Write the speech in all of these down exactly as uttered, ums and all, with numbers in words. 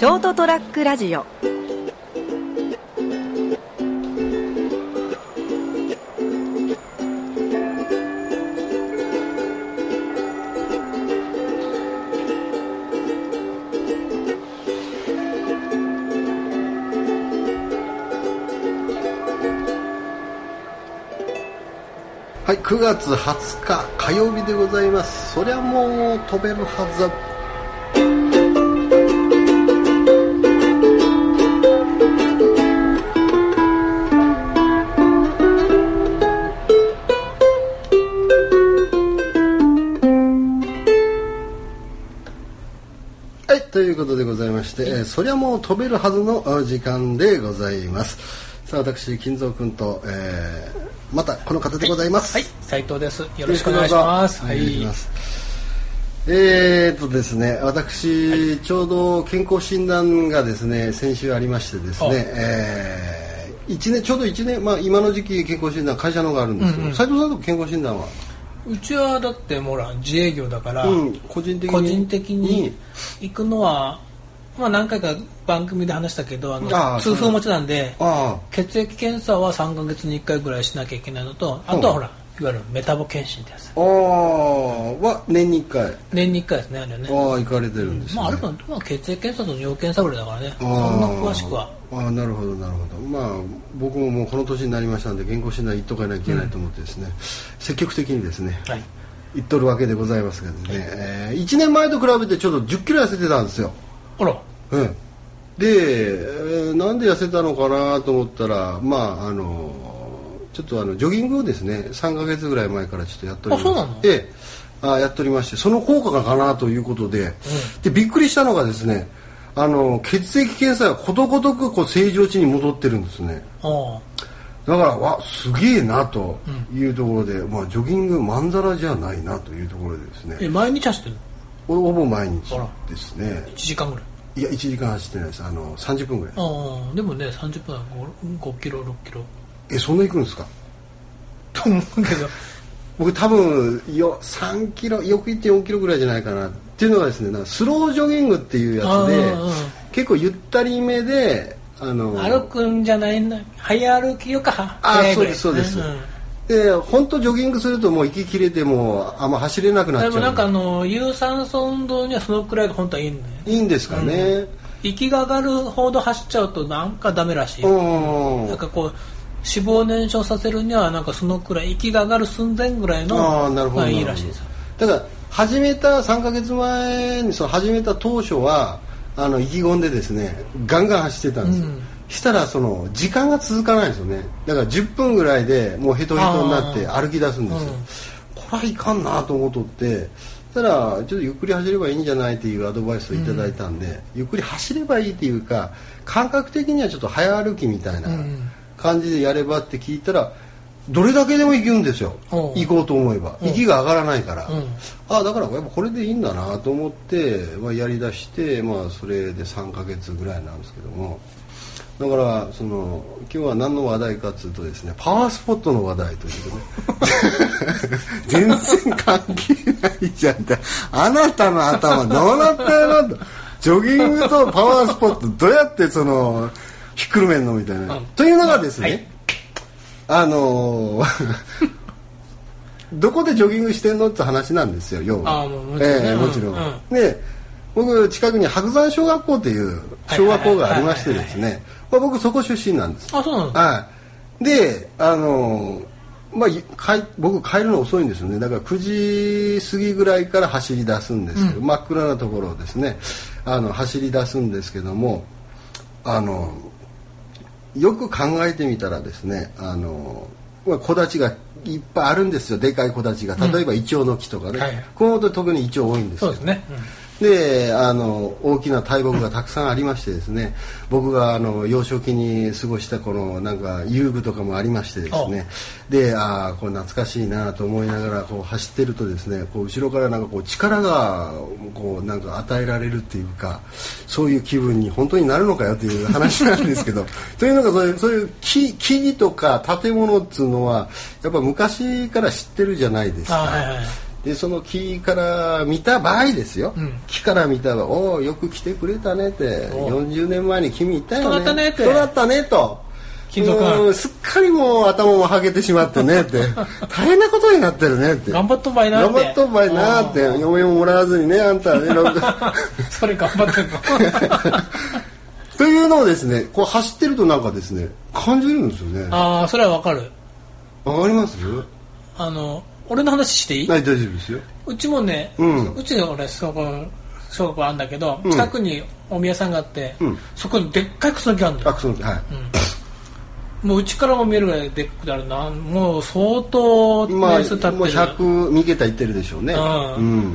ショートトラックラジオ。 はい、くがつはつか火曜日でございます。そりゃもう飛べるはず。はい、ということでございまして、えー、そりゃもう飛べるはずの時間でございます。さあ、私金蔵君と、えーまたこの方でございます。 はい、斉藤です。よろしくお願いします。 はい。えーとですね、私、はい、ちょうど健康診断がですね、先週ありましてですね、えー、一年ちょうどいちねん、まあ今の時期健康診断会社のがあるんですけど、うんうん、斉藤さんと健康診断は？ うちはだってもら自営業だから、 うん、個人的に個人的に行くのは。まあ、何回か番組で話したけど、あの痛風持ちなんで血液検査はさんかげつにいっかいぐらいしなきゃいけないのと、あとはほらいわゆるメタボ検診ってやつあは年にいっかい年にいっかいですね。あれね。 ああ行かれてるんですね。 まあ、あれは、まあ、血液検査と尿検査ぐらいだからね。そんな詳しくは。 ああなるほどなるほど。まあ僕ももうこの年になりましたので健康診断行っとかなきゃいけないと思ってですね、うん、積極的にですね、はい、行っとるわけでございますがですね、はいえー、いちねんまえと比べてちょっとじゅっキロ痩せてたんですよ。 あらうん、で、えー、なんで痩せたのかなと思ったら、まああのちょっとあのジョギングをですねさんかげつぐらい前からちょっとやっておりまして、 あ、そうなの？ ええ、あやっておりまして、その効果がかなということで、うん、でびっくりしたのがですね、あの血液検査がことごとくこう正常値に戻ってるんですね。あだからわすげえなというところで、うんまあ、ジョギングまんざらじゃないなというところでですね。 え毎日走ってるの？ ほぼ毎日ですね。 いちじかんぐらい？いやいちじかん走ってないです。あのさんじゅっぷんぐらい。 ああでもねさんじゅっぷんは ご, ごキロろっキロ。 えそんな行くんですか？ と思うけど僕多分よさんキロよく行ってよんキロぐらいじゃないかなっていうのがですね、スロージョギングっていうやつで結構ゆったりめであの歩くんじゃないんだ。早歩きよか。 あそうですそうです。うんで本当ジョギングするともう息切れてもあんま走れなくなっちゃう。 でもなんかあの有酸素運動にはそのくらいが本当はいいんだよね。 いいんですかね、うん、 息が上がるほど走っちゃうとなんかダメらしい。なんかこう脂肪燃焼させるにはなんかそのくらい息が上がる寸前ぐらいのがいいらしいです。 だから始めたさんかげつまえにその始めた当初はあの意気込んでですねガンガン走ってたんですよ、うんしたらその時間が続かないんですよね。だからじゅっぷんぐらいでもうヘトヘトになって歩き出すんですよ、うん、これはいかんなと思っとってたらちょっとゆっくり走ればいいんじゃないっていうアドバイスをいただいたんで、うん、ゆっくり走ればいいっていうか感覚的にはちょっと早歩きみたいな感じでやればって聞いたらどれだけでも行くんですよ、うん、行こうと思えば息が上がらないから、うん、あだからやっぱこれでいいんだなと思って、まあ、やりだして、まあ、それでさんかげつぐらいなんですけどもだからその今日は何の話題かというとですねパワースポットの話題ということで全然関係ないじゃんってあなたの頭どうなったやろとジョギングとパワースポットどうやってそのひっくるめんのみたいな、うん、というのがですね、はい、あのどこでジョギングしてんのって話なんですよ要は。あもうもちろん、えー、もちろん、うん、で僕近くに白山小学校っていう小学校がありましてですね僕そこ出身なんです。 あそうなんですか。 はい、であのまあか僕帰るの遅いんですよね。だからくじ過ぎぐらいから走り出すんですけど、うん、真っ暗なところをですねあの走り出すんですけどもあのよく考えてみたらですねあの木立がいっぱいあるんですよ。でかい木立が例えばイチョウの木とかね、うんはい、このこと特にイチョウ多いんですよ。 そうですね、うんであの大きな大木がたくさんありましてですね僕があの幼少期に過ごしたこのなんか遊具とかもありましてですねであこれ懐かしいなと思いながらこう走ってるとですねこう後ろからなんかこう力がこうなんか与えられるっていうかそういう気分に本当になるのかよという話なんですけどというのがそういう、そういう 木, 木々とか建物っていうのはやっぱ昔から知ってるじゃないですか。 はいはいでその木から見た場合ですよ、うん、木から見た場合おおよく来てくれたねってよんじゅうねんまえに君いたよね人だったねって人だったねとうんすっかりもう頭もはげてしまってねって大変なことになってるねって頑張っとんばいなって頑張っとんばいなって嫁ももらわずにねあんたねそれ頑張ってんのというのをですねこう走ってるとなんかですね感じるんですよね。 ああそれはわかる。 わかります？ あの俺の話していい？ はい、大丈夫ですよ。 うちもね、うん、うちで俺小学校小学校あるんだけど、うん、近くにお宮さんがあって、うん、そこにでっかいクスノキあるんだよ。 あ、クスノキ、はい。 うん、もううちからも見えるぐらいでっかくあるな。もう相当年数経ってる。 もうひゃくに桁いってるでしょうね。 うんうん、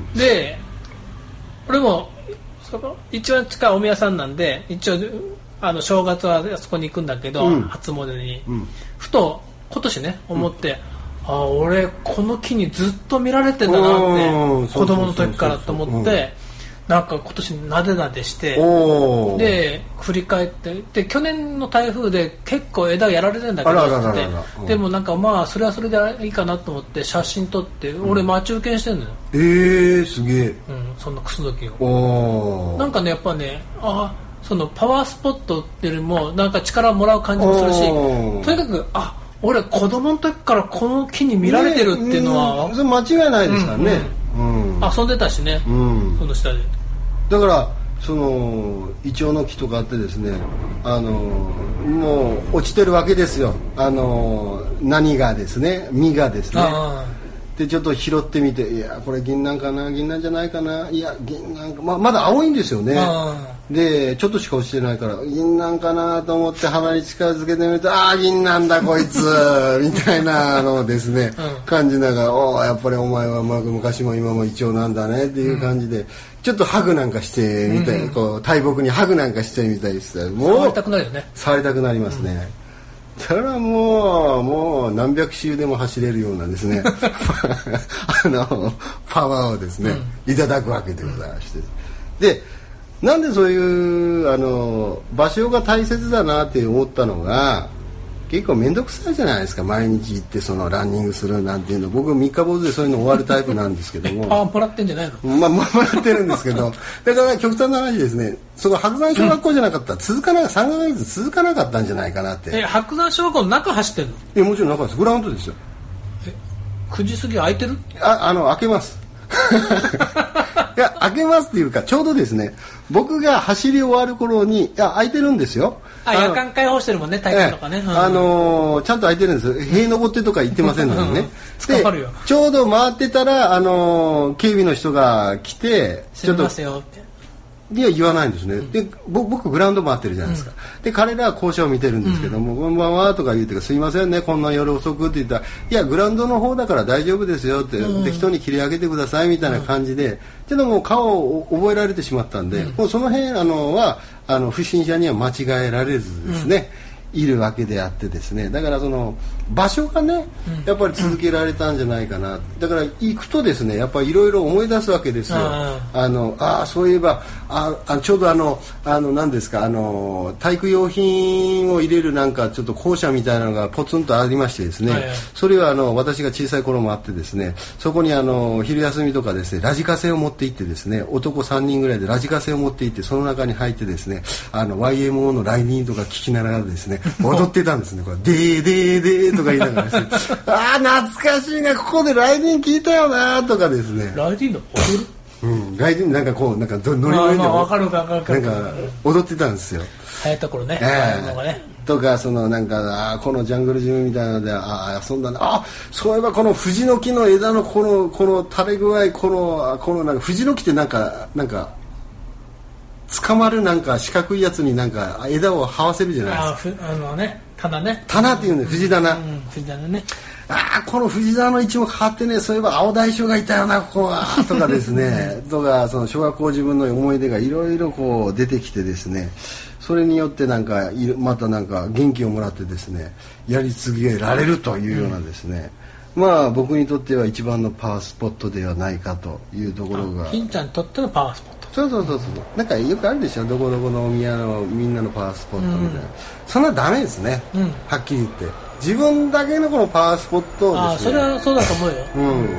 で、俺もそこ一番近いお宮さんなんで、一応あの正月はあそこに行くんだけど、うん、初詣に、うん、ふと今年ね思って。うんあ俺この木にずっと見られてんだなって子供の時からと思ってなんか今年なでなでしてで振り返ってで去年の台風で結構枝やられてんだけどってでもなんかまあそれはそれでいいかなと思って写真撮って俺待ち受けにしてんのよ。 えーすげえ、 うん、そんなクスノキをなんかねやっぱねあそのパワースポットっていうよりもなんか力をもらう感じもするしとにかくあ俺子供の時からこの木に見られてるっていうのは、 ね、それ間違いないですからね、 うんうん、遊んでたしね、うん、その下でだからそのイチョウの木とかあってですねあのもう落ちてるわけですよあの何がですね実がですねでちょっと拾ってみていやこれ銀杏かな銀杏じゃないかないや銀杏か、ま、まだ青いんですよねでちょっとしか落ちてないから銀杏かなと思って鼻に近づけてみるとああ銀杏だこいつみたいなのをですね、うん、感じながらおやっぱりお前は昔も今もイチョウなんだねっていう感じで、うん、ちょっとハグなんかしてみたい、うん、こう大木にハグなんかしてみたいしてもう触りたくなるよね触りたくなりますね、うんそれはもうもう何百周でも走れるようなですねあのパワーをですね、うん、いただくわけでございまして、でなんでそういうあの場所が大切だなって思ったのが結構面倒くさいじゃないですか毎日行ってそのランニングするなんていうの僕三日坊主でそういうの終わるタイプなんですけどもパワーもらってんじゃないのまあもらってるんですけどだから極端な話ですねその白山小学校じゃなかったら続かな、うん、さんかげつ続かなかったんじゃないかなってえ白山小学校の中走ってんのえもちろん中ですグラウンドですよえくじ過ぎ空いてるああの開けますいや開けますっていうかちょうどですね僕が走り終わる頃にいや空いてるんですよあ夜間開放してるもんね体育とかね、 ええうん、あのー、ちゃんと空いてるんです塀登ってとか言ってませんのでねでちょうど回ってたら、あのー、警備の人が来てちょっとすみませんよっていや言わないんですね、うん、で僕グラウンド回ってるじゃないですか、うん、で彼らは校舎を見てるんですけども、うん、こんばんはとか言ってすいませんねこんな夜遅くって言ったらいやグラウンドの方だから大丈夫ですよって、うん、適当に切り上げてくださいみたいな感じで、うん、けども顔を覚えられてしまったんで、うん、もうその辺あのはあの不審者には間違えられずですね、うん、いるわけであってですねだからその場所がねやっぱり続けられたんじゃないかなだから行くとですねやっぱりいろいろ思い出すわけですよあのあそういえばああちょうどあのあの何ですかあの体育用品を入れるなんかちょっと校舎みたいなのがポツンとありましてですね、はいはい、それはあの私が小さい頃もあってですねそこにあの昼休みとかですねラジカセを持って行ってですね男さんにんぐらいでラジカセを持って行ってその中に入ってですねあの ワイエムオー のライディングとか聞きながらですね踊ってたんですねこれでーでーでーとか言いながらしてああ懐かしいなここでライディング聞いたよなとかですねライディング踊るうん、ライディングなんかこうなんかノリノリで分かるか分かるなんか踊ってたんですよ流行った頃ね、 えーね、とかそのなんかあこのジャングルジムみたいなのであ遊んだなあそういえばこの藤の木の枝のこのこの垂れ具合このこのなんか藤の木ってなんかなんか捕まるなんか四角いやつになんか枝を這わせるじゃないですかああのね棚ね棚っていうんで藤棚、 うん、藤棚ねああこの藤沢の位置も変わってねそういえば青大将がいたよなここはとかですねとかその小学校自分の思い出がいろいろこう出てきてですねそれによってなんかまたなんか元気をもらってですねやり続けられるというようなですね、うん、まあ僕にとっては一番のパワースポットではないかというところが金ちゃんにとってのパワースポットそうそうそうそうなんかよくあるでしょどこどこのお宮のみんなのパワースポットみたいな、うん、そんなダメですね、うん、はっきり言って自分だけのこのパワースポットをですねあそれはそうだと思うよ、 うん、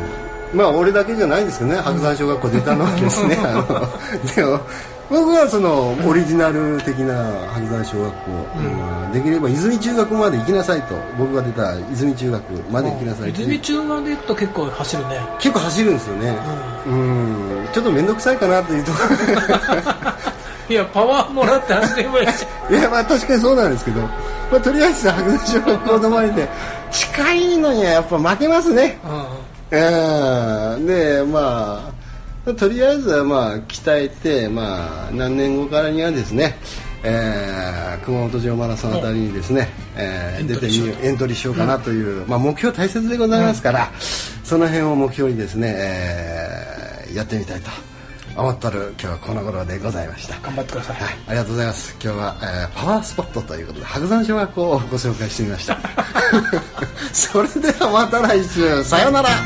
まあ俺だけじゃないんですけどね、白山小学校出たのはですねあのでも僕はそのオリジナル的な白山小学校、うんうん、できれば泉中学まで行きなさいと、僕が出た泉中学まで行きなさいと。 泉中まで行くと結構走るね。 結構走るんですよね、うん、うんちょっと面倒くさいかなというところいやパワーもらって走ればいいじゃん。 いやまあ確かにそうなんですけど、まあ、とりあえず白山小学校止まりで近いのにはやっぱ負けますね、うんうん、でまあとりあえずはまあ鍛えて、まあ、何年後からにはですね、えー、熊本城マラソンあたりにですね、えー、出てみようエントリーしようかなという、うんまあ、目標大切でございますから、うん、その辺を目標にですね、えー、やってみたいと思ってる今日はこの頃でございました。 頑張ってください、 はい、ありがとうございます。今日は、えー、パワースポットということで白山小学校をご紹介してみましたそれではまた来週、さようなら。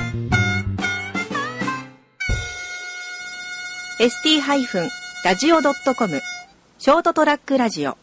エスティー ラジオ ドットコム ショートトラックラジオ